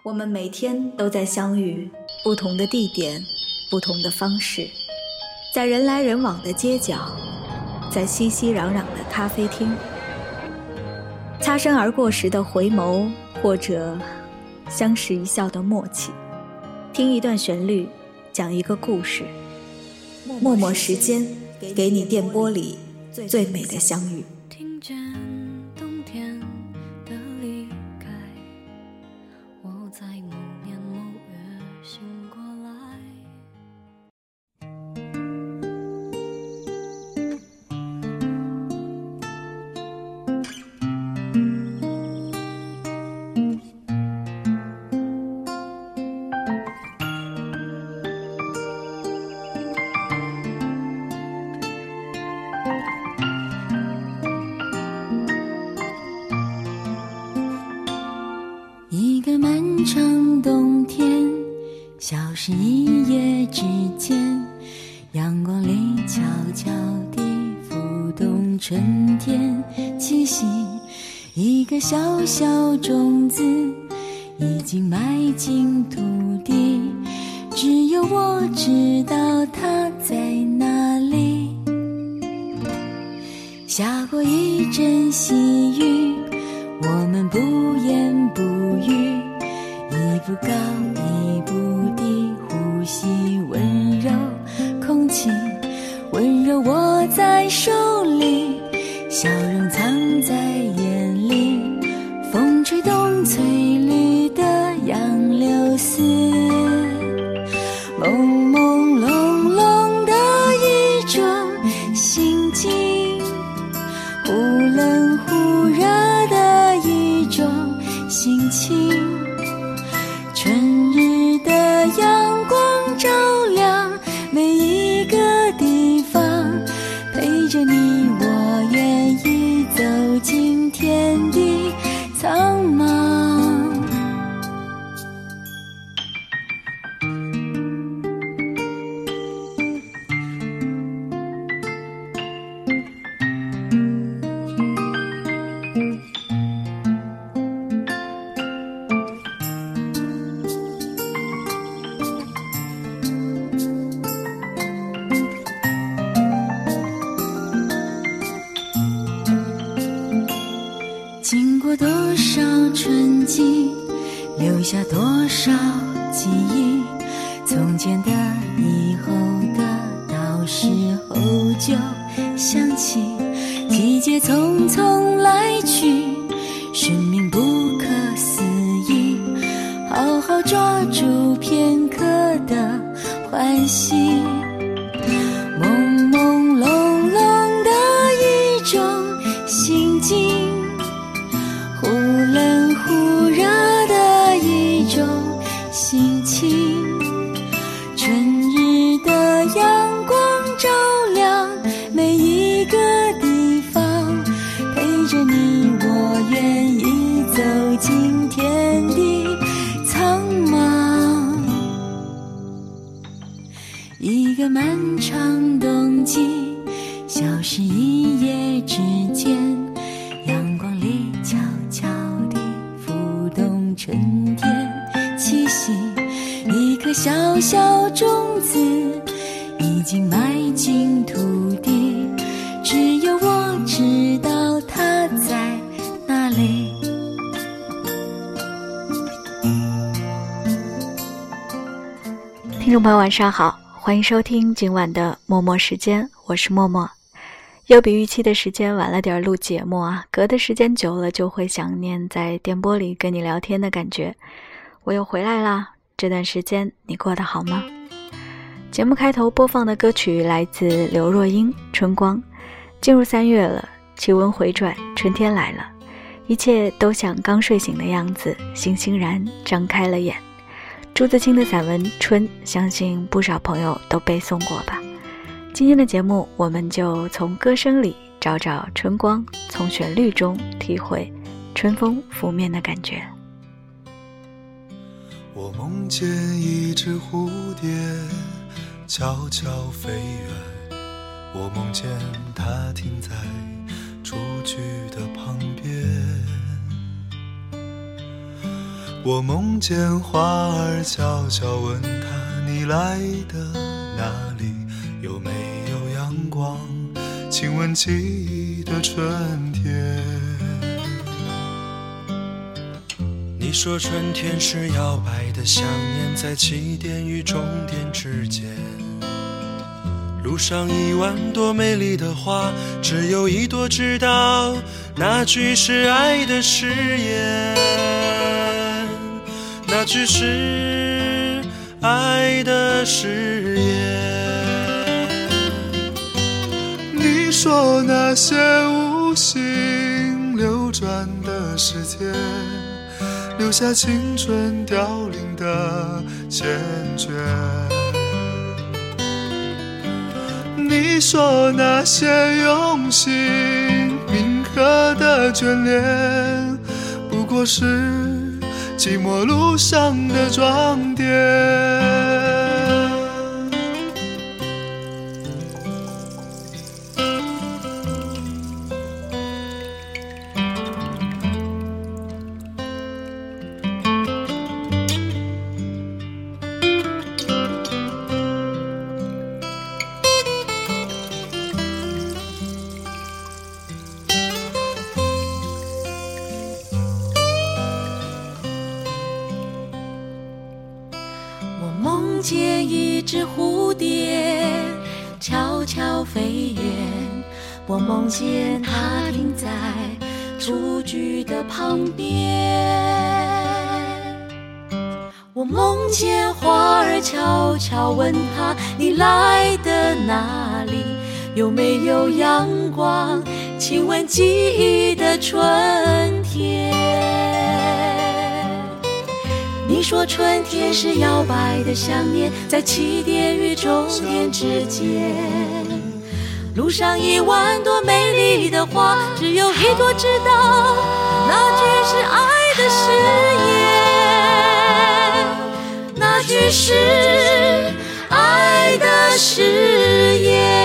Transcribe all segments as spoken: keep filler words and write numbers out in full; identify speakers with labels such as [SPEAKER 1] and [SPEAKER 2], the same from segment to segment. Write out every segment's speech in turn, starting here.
[SPEAKER 1] 我们每天都在相遇，不同的地点，不同的方式，在人来人往的街角，在熙熙攘攘的咖啡厅，擦身而过时的回眸，或者相视一笑的默契，听一段旋律，讲一个故事，默默时间，给你电波里最美的相遇。
[SPEAKER 2] 听见冬天的离开，我在某年某月醒过来。一个漫长冬天，消失一夜之间，阳光里悄悄地浮动春天气息。一个小小种子已经埋进土地，只有我知道它在哪里。下过一阵细雨，我们不言不语，一步高一步低，呼吸温柔空气，温柔握在手里，笑容藏在眼里，风吹动翠绿的杨柳丝，朦朦胧胧的一种心境，忽冷忽热的一种心情，春日的阳光照亮每一个地方，陪着你我愿意走进天地苍茫。经过多少春季，留下多少记忆，从前的以后的，到时候就想起，季节匆匆来去，生命不可思议，好好抓住片刻的欢喜，朦朦胧胧的一种心境，忽冷忽热的一种心情，春日的阳光照亮每一个地方，陪着你我愿意走进天地苍茫。一个漫长冬季，消失一夜之间，阳光里悄悄地浮动春天气息，一颗小小种子已经埋进土地，只有我知道它在哪里。
[SPEAKER 1] 听众朋友晚上好，欢迎收听今晚的默默时间，我是默默。又比预期的时间晚了点录节目啊，隔的时间久了就会想念在电波里跟你聊天的感觉。我又回来啦，这段时间你过得好吗？节目开头播放的歌曲来自刘若英《春光》。进入三月了，气温回转，春天来了，一切都像刚睡醒的样子，悻悻然张开了眼。朱自清的散文《春》，相信不少朋友都背诵过吧。今天的节目，我们就从歌声里找找春光，从旋律中体会春风拂面的感觉。
[SPEAKER 3] 我梦见一只蝴蝶悄悄飞远，我梦见它停在雏菊的旁边， 我梦见花儿悄悄问他，你来的哪里？有没有阳光？亲吻记忆的春天。你说春天是摇摆的想念，在起点与终点之间。路上一万朵美丽的花，只有一朵知道那句是爱的誓言，那句是爱的誓言。你说那些无心流转的时间，留下青春凋零的缱绻。你说那些用心铭刻的眷恋，不过是寂寞路上的装点。
[SPEAKER 2] 梦见一只蝴蝶悄悄飞远，我梦见它停在雏菊的旁边。我梦见花儿悄悄问它，你来的哪里？有没有阳光？亲吻记忆的春天。你说春天是摇摆的想念，在起点与终点之间。路上一万朵美丽的花，只有一朵知道那句是爱的誓言，那句是爱的誓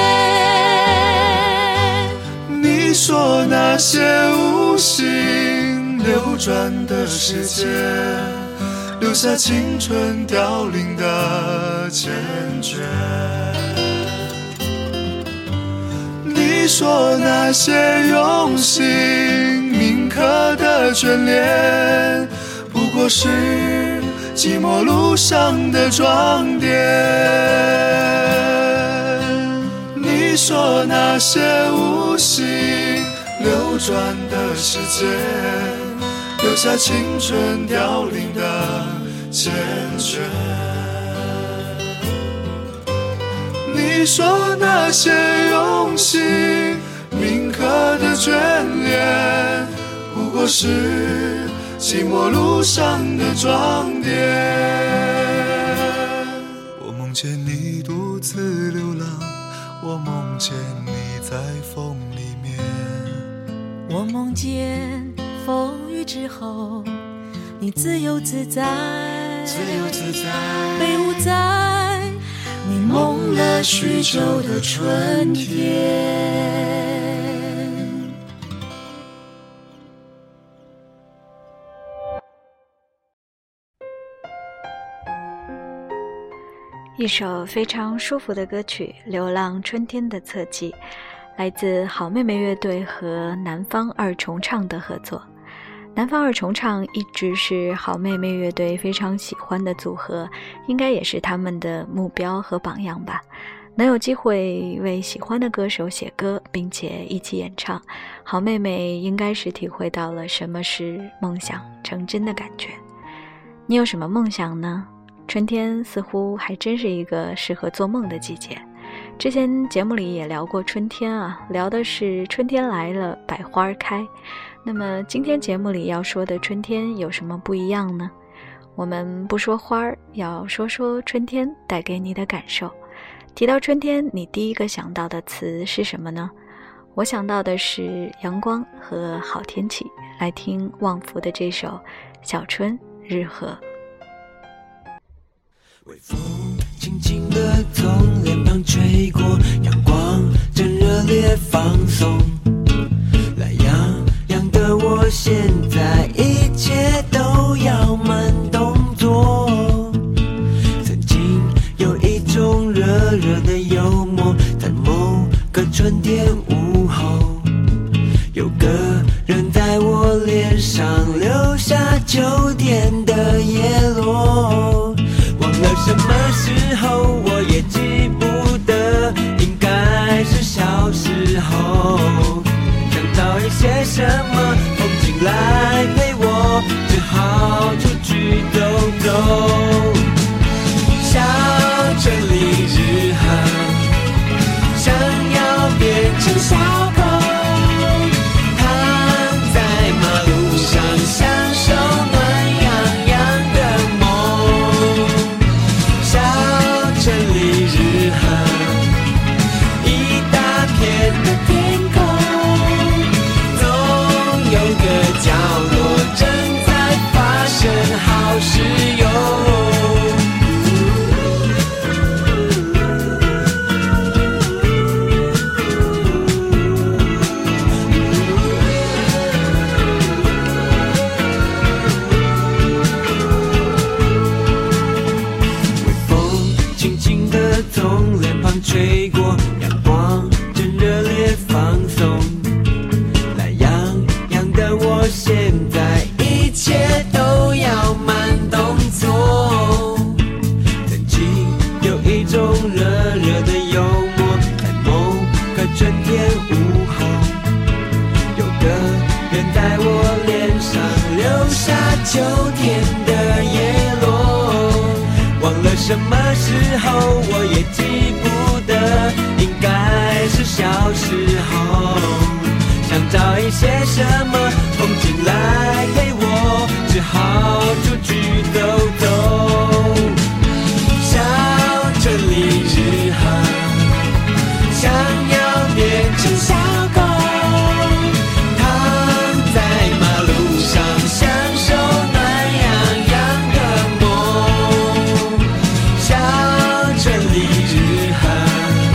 [SPEAKER 2] 言。
[SPEAKER 3] 你说那些无心流转的时间，留下青春凋零的缱绻。你说那些用心铭刻的眷恋，不过是寂寞路上的装点。你说那些无心流转的时间，留下青春凋零的缱绻。你说那些用心铭刻的眷恋，不过是寂寞路上的装点。我梦见你独自流浪，我梦见你在风里面。
[SPEAKER 2] 我梦见风雨之后，你自由自在，
[SPEAKER 3] 自由自在，
[SPEAKER 2] 飞舞在你梦了许久的春天。
[SPEAKER 1] 一首非常舒服的歌曲《流浪春天的侧记》，来自好妹妹乐队和南方二重唱的合作。南方二重唱一直是好妹妹乐队非常喜欢的组合，应该也是他们的目标和榜样吧。能有机会为喜欢的歌手写歌并且一起演唱，好妹妹应该是体会到了什么是梦想成真的感觉。你有什么梦想呢？春天似乎还真是一个适合做梦的季节。之前节目里也聊过春天啊，聊的是春天来了，百花开。那么今天节目里要说的春天有什么不一样呢？我们不说花儿，要说说春天带给你的感受。提到春天，你第一个想到的词是什么呢？我想到的是阳光和好天气。来听旺福的这首《小春日和》。
[SPEAKER 4] 微风轻轻地从脸庞吹过，阳光正热烈放松，懒洋洋的我现在一切都要慢的叶落，忘了什么时候，我也记不得，应该是小时候。想找一些什么风景来陪我，只好出去走走。小城里日和，想要变成小狗，躺在马路上享受暖洋洋的梦。小城里日和，一大片的天空，总有个角落正在发生好事哟。吹过，阳光正热烈放松，懒洋洋的我现在一切都要慢动作。曾经有一种热热的幽默，在某个春天午后，有个人在我脸上留下秋天的叶落。忘了什么时候，我也记不应该是小时候。想找一些什么风景来陪我，只好出去走走。小城里日和，想要变成小狗，躺在马路上享受暖洋洋的梦。小城里日和，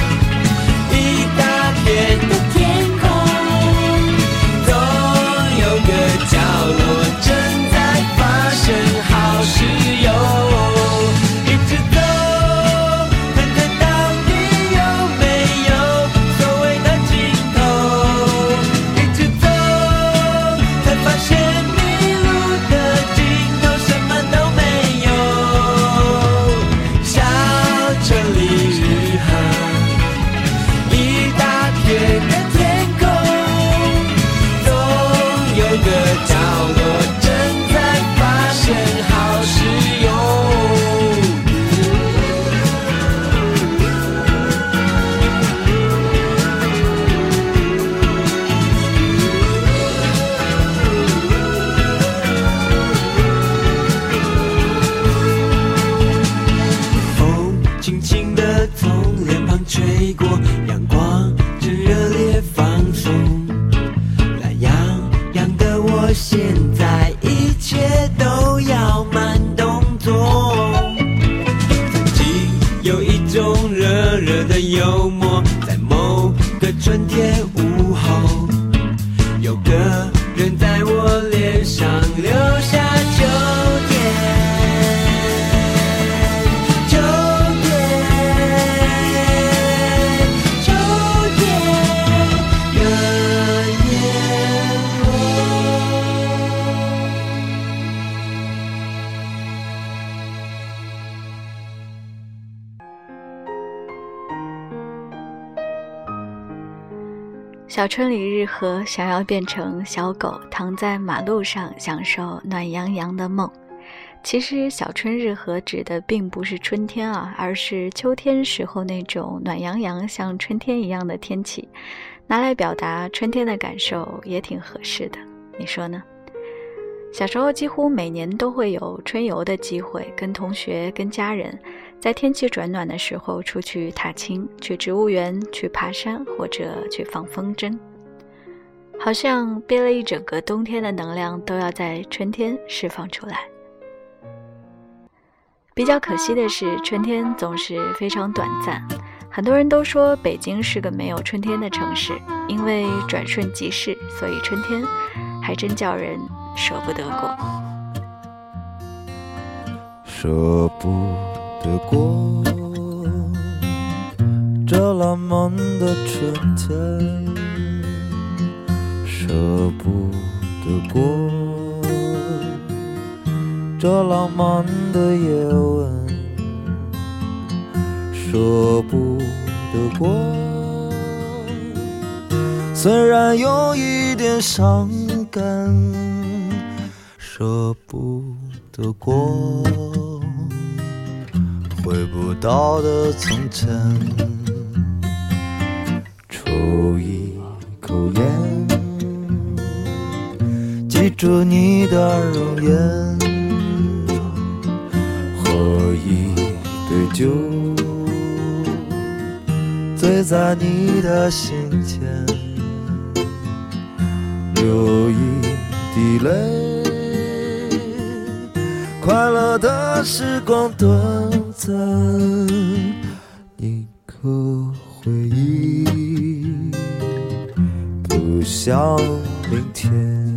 [SPEAKER 4] 幽默，在某个春天午后，有个人在我脸上留下秋天，秋天，秋天的叶落。
[SPEAKER 1] 小春里日和，想要变成小狗，躺在马路上享受暖洋洋的梦。其实小春日和指的并不是春天啊，而是秋天时候那种暖洋洋像春天一样的天气，拿来表达春天的感受也挺合适的，你说呢？小时候几乎每年都会有春游的机会，跟同学跟家人在天气转暖的时候出去踏青，去植物园，去爬山，或者去放风筝。好像憋了一整个冬天的能量都要在春天释放出来。比较可惜的是，春天总是非常短暂。很多人都说北京是个没有春天的城市，因为转瞬即逝，所以春天还真叫人舍不得过。
[SPEAKER 5] 舍不得过这浪漫的春天，舍不得过这浪漫的夜晚，舍不得过，虽然有一点伤感，舍不得过回不到的从前。抽一口烟，记住你的容颜，喝一杯酒，醉在你的心间，流一滴泪，快乐的时光短暂，一颗回忆不像明天。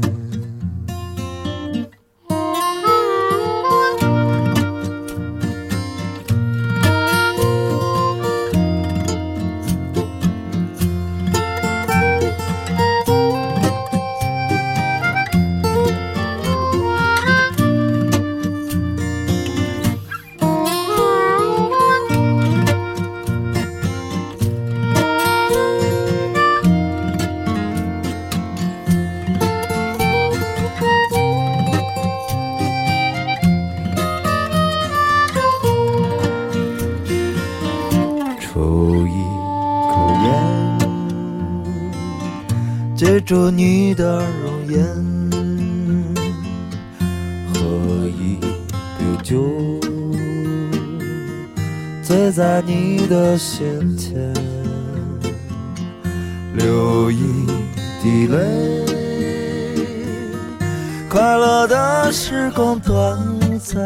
[SPEAKER 5] 记住你的容颜，喝一杯酒，醉在你的心间，流一滴泪，快乐的时光短暂，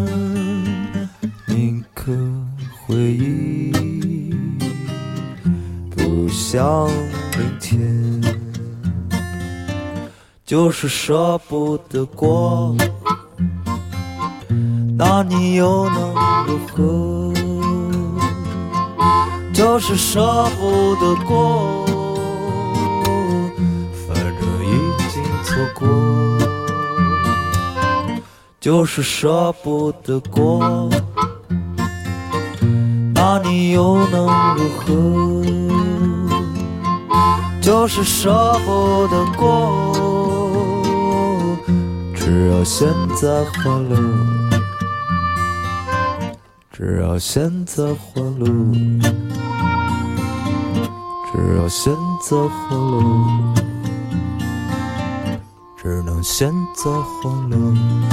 [SPEAKER 5] 铭刻回忆不像明天。就是舍不得过，那你又能如何？就是舍不得过，反正已经错过。就是舍不得过，那你又能如何？就是舍不得过，只要现在欢乐，只要现在欢乐，只要现在欢乐，只能现在欢乐。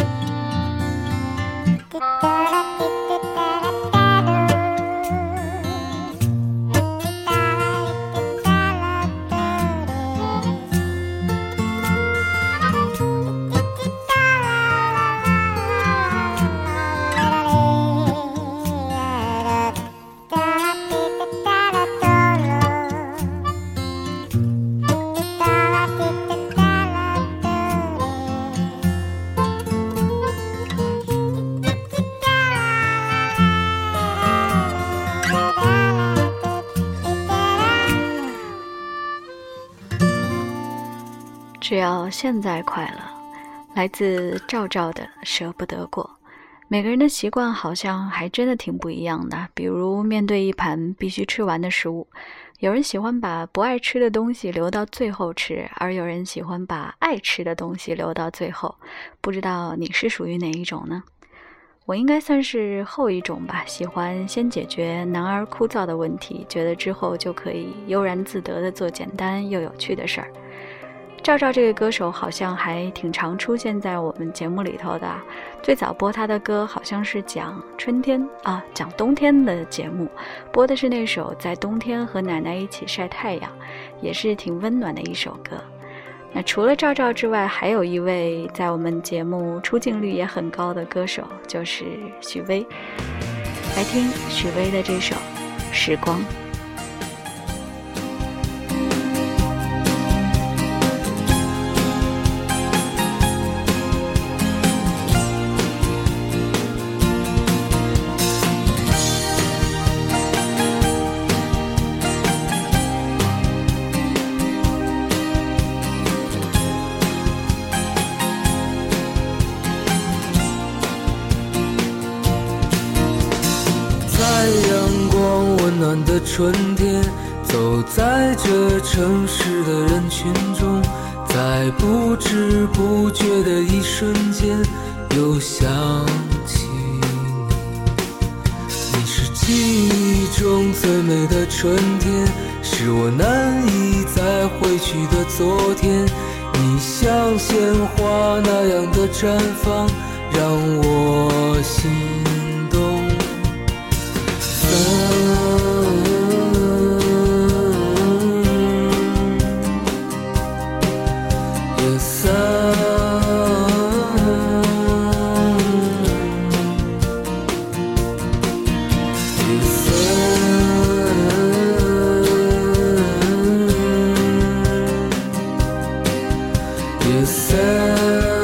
[SPEAKER 1] 只要现在快乐，来自赵赵的舍不得过。每个人的习惯好像还真的挺不一样的，比如面对一盘必须吃完的食物，有人喜欢把不爱吃的东西留到最后吃，而有人喜欢把爱吃的东西留到最后。不知道你是属于哪一种呢？我应该算是后一种吧，喜欢先解决难而枯燥的问题，觉得之后就可以悠然自得地做简单又有趣的事儿。赵赵这个歌手好像还挺常出现在我们节目里头的，最早播他的歌好像是讲春天啊，讲冬天的节目，播的是那首在冬天和奶奶一起晒太阳，也是挺温暖的一首歌。那除了赵赵之外，还有一位在我们节目出镜率也很高的歌手，就是许巍。来听许巍的这首《时光》。
[SPEAKER 6] 温暖的春天，走在这城市的人群中，在不知不觉的一瞬间又想起你。你是记忆中最美的春天，是我难以再回去的昨天。你像鲜花那样的绽放，让我心动。Yes, yes,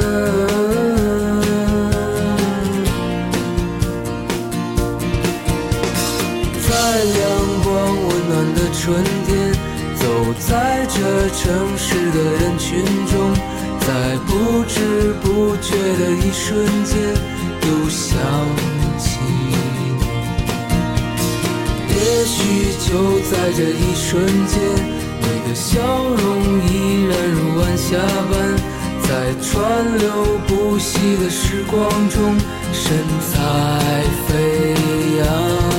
[SPEAKER 6] 春天，走在这城市的人群中，在不知不觉的一瞬间又想起你。也许就在这一瞬间，你的笑容依然如晚霞般，在川流不息的时光中神采飞扬。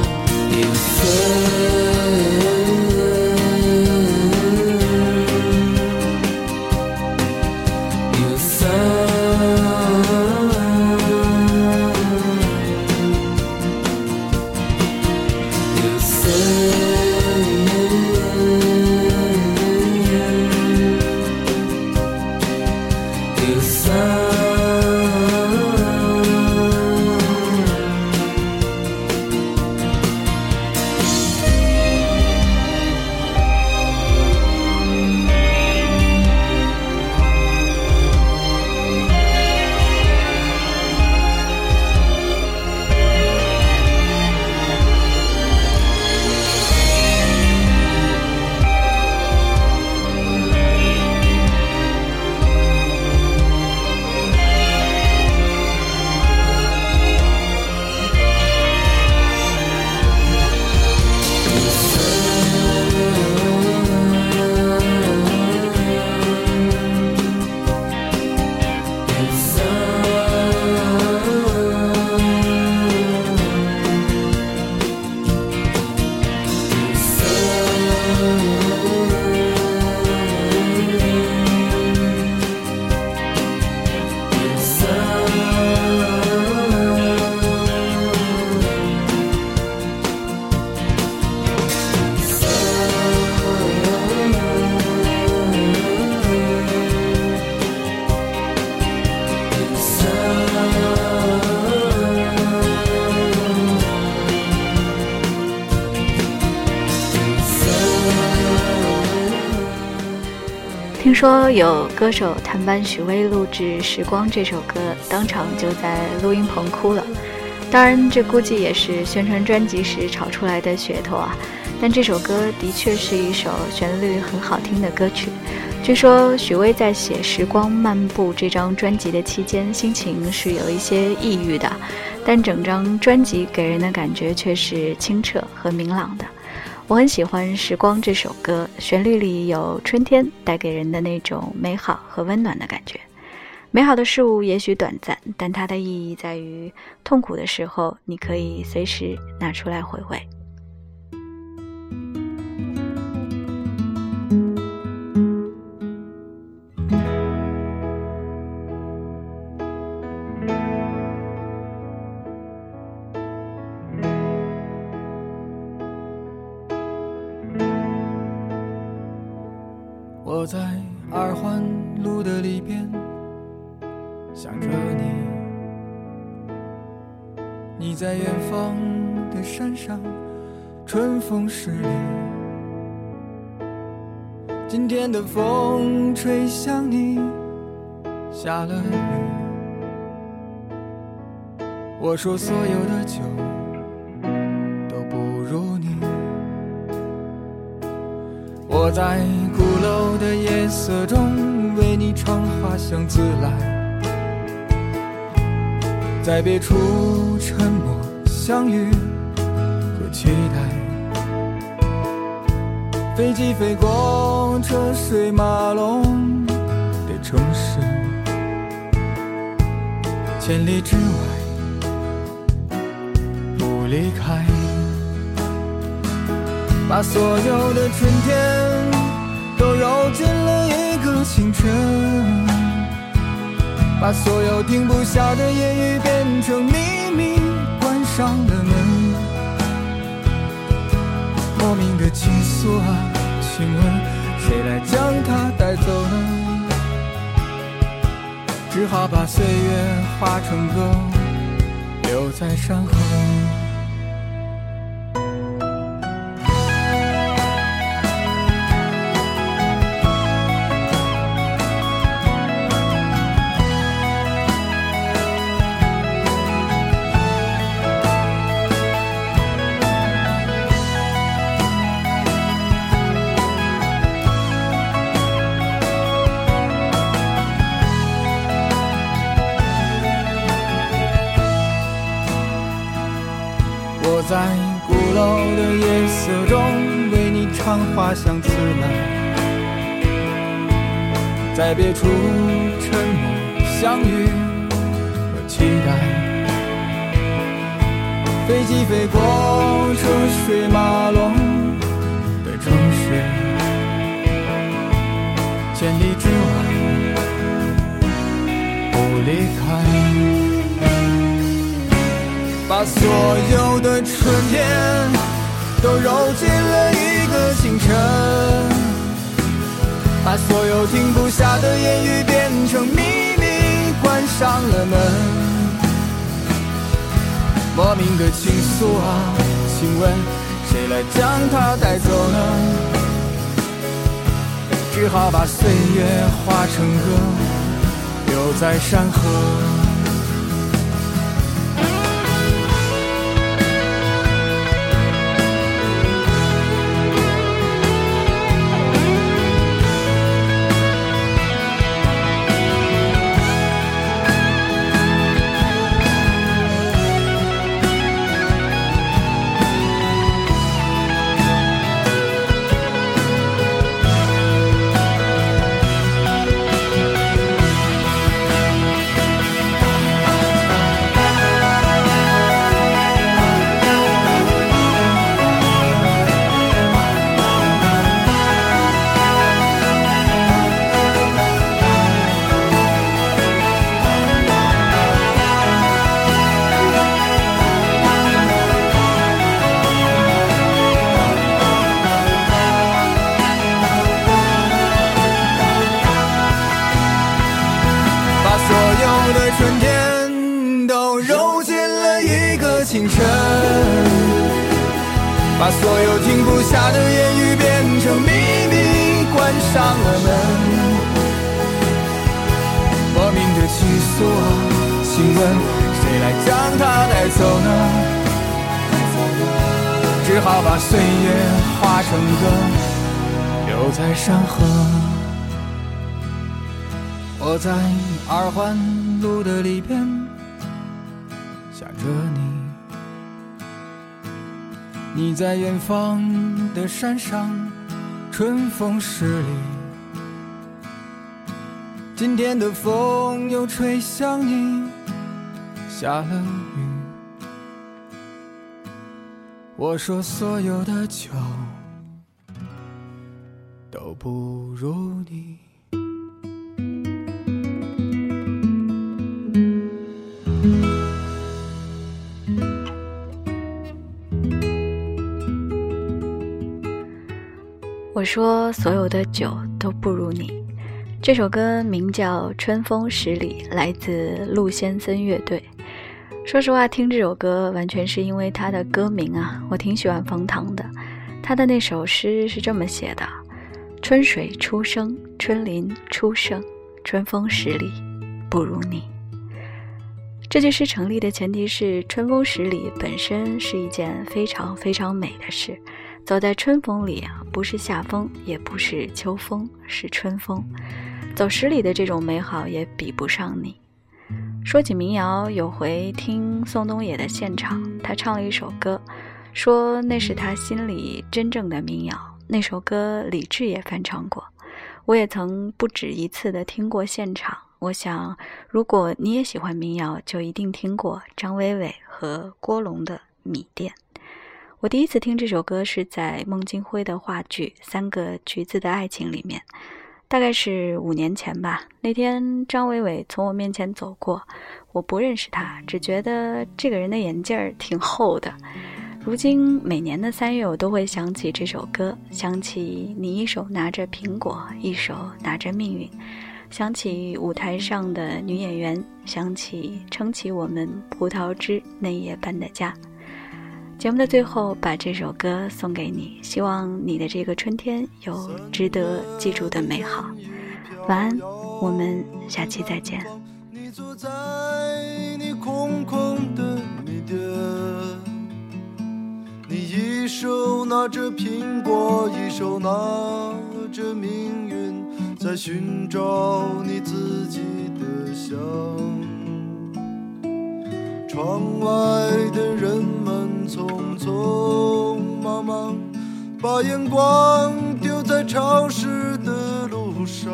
[SPEAKER 1] 听说有歌手探班许巍录制《时光》这首歌，当场就在录音棚哭了。当然，这估计也是宣传专辑时炒出来的噱头啊。但这首歌的确是一首旋律很好听的歌曲。据说许巍在写《时光漫步》这张专辑的期间，心情是有一些抑郁的，但整张专辑给人的感觉却是清澈和明朗的。我很喜欢《时光》这首歌，旋律里有春天带给人的那种美好和温暖的感觉。美好的事物也许短暂，但它的意义在于痛苦的时候，你可以随时拿出来回味。
[SPEAKER 5] 我在二环路的里边想着你，你在远方的山上，春风十里。今天的风吹向你，下了雨。我说所有的酒都不如你。我在鼓楼的夜色中为你唱花香自来，在别处沉默相遇和期待。 飞机飞过车水马龙的城市，千里之外不离开，把所有的春天都揉进了一个清晨，把所有停不下的言语变成秘密，关上了门。莫名的情愫啊，请问谁来将它带走呢？只好把岁月化成歌，留在山河。我在鼓楼的夜色中为你唱花香自来，在别处沉默相遇和期待，飞机飞过车水马龙的城市，千里之外不离开，把所有的春天都揉进了一个清晨，把所有停不下的言语变成秘密，关上了门。莫名的情愫啊，请问谁来将它带走呢？只好把岁月化成歌，留在山河。春天都揉进了一个清晨，把所有停不下的言语变成秘密，关上了门。莫名的情愫啊，请问谁来将它带走呢？只好把岁月化成歌，留在山河。我在二环路的里边想着你，你在远方的山上，春风十里。今天的风又吹向你，下了雨。我说所有的酒都不如你。
[SPEAKER 1] 我说所有的酒都不如你。这首歌名叫《春风十里》，来自陆先森乐队。说实话，听这首歌完全是因为它的歌名啊，我挺喜欢冯唐的。他的那首诗是这么写的：春水初生，春林初盛，春风十里不如你。这句诗成立的前提是春风十里本身是一件非常非常美的事，走在春风里啊，不是夏风，也不是秋风，是春风。走十里的这种美好也比不上你。说起民谣，有回听宋冬野的现场，他唱了一首歌，说那是他心里真正的民谣， 那首歌李志也翻唱过，我也曾不止一次的听过现场。我想如果你也喜欢民谣，就一定听过张伟伟和郭龙的《米店》。我第一次听这首歌是在孟京辉的话剧《三个橘子的爱情》里面，大概是五年前吧。那天张伟伟从我面前走过，我不认识他，只觉得这个人的眼镜儿挺厚的。如今每年的三月，我都会想起这首歌，想起你一手拿着苹果，一手拿着命运，想起舞台上的女演员，想起撑起我们葡萄枝那夜般的家。节目的最后，把这首歌送给你，希望你的这个春天有值得记住的美好。晚安，我们下期再见。
[SPEAKER 3] 你坐在你空空的米店，你一手拿着苹果，一手拿着命运，在寻找你自己的香。窗外的人们匆匆忙忙，把眼光丢在潮湿的路上。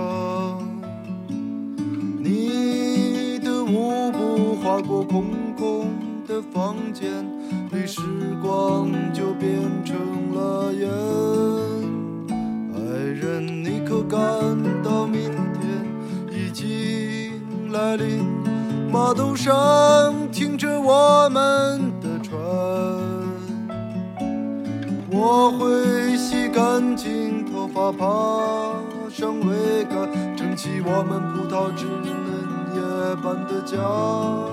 [SPEAKER 3] 你的舞步划过空空的房间里，时光就变成了烟。爱人，你可感到明天已经来临？码头上停着我们的船，我会洗干净头发，爬上桅杆，撑起我们葡萄枝嫩叶般的家。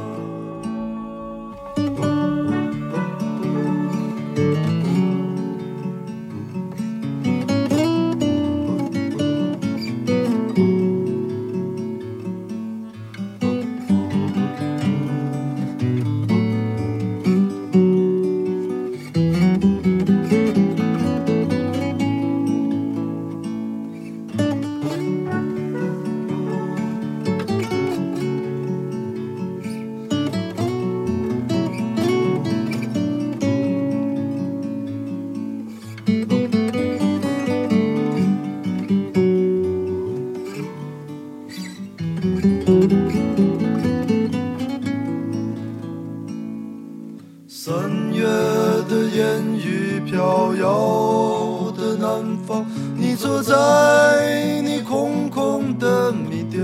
[SPEAKER 3] 三月的烟雨飘摇的南方，你坐在你空空的米店，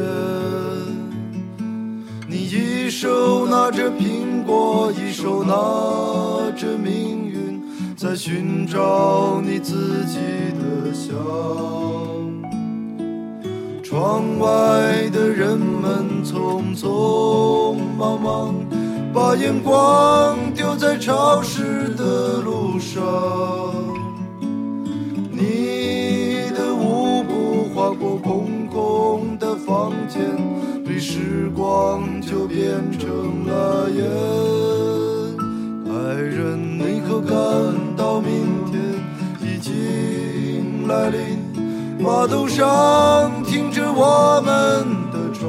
[SPEAKER 3] 你一手拿着苹果，一手拿着命运，在寻找你自己的香。窗外的人们匆匆忙忙，把眼光丢在潮湿的路上。你的舞步划过空空的房间里，时光就变成了烟。爱人，你可感到明天已经来临？码头上停着我们的船，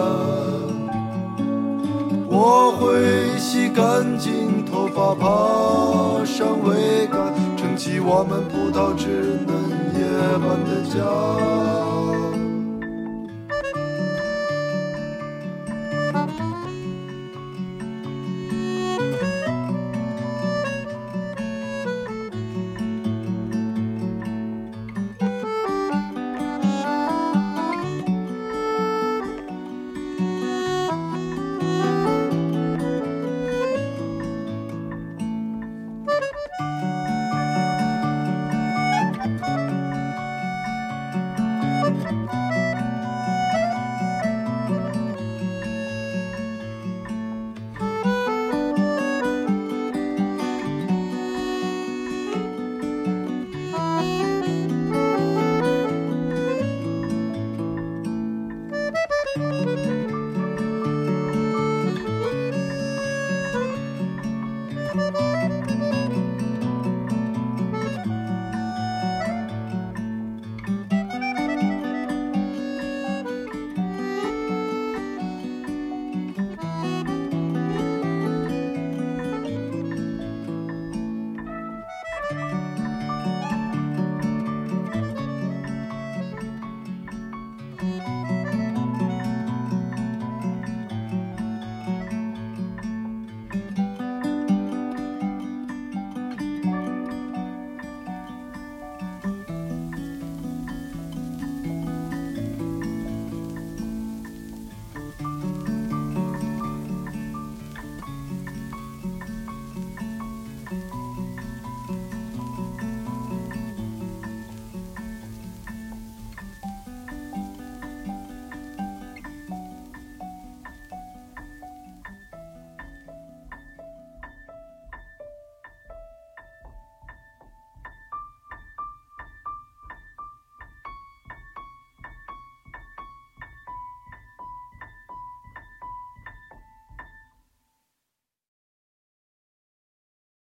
[SPEAKER 3] 我会洗干净头发，爬上桅杆，撑起我们葡萄枝嫩叶般的家。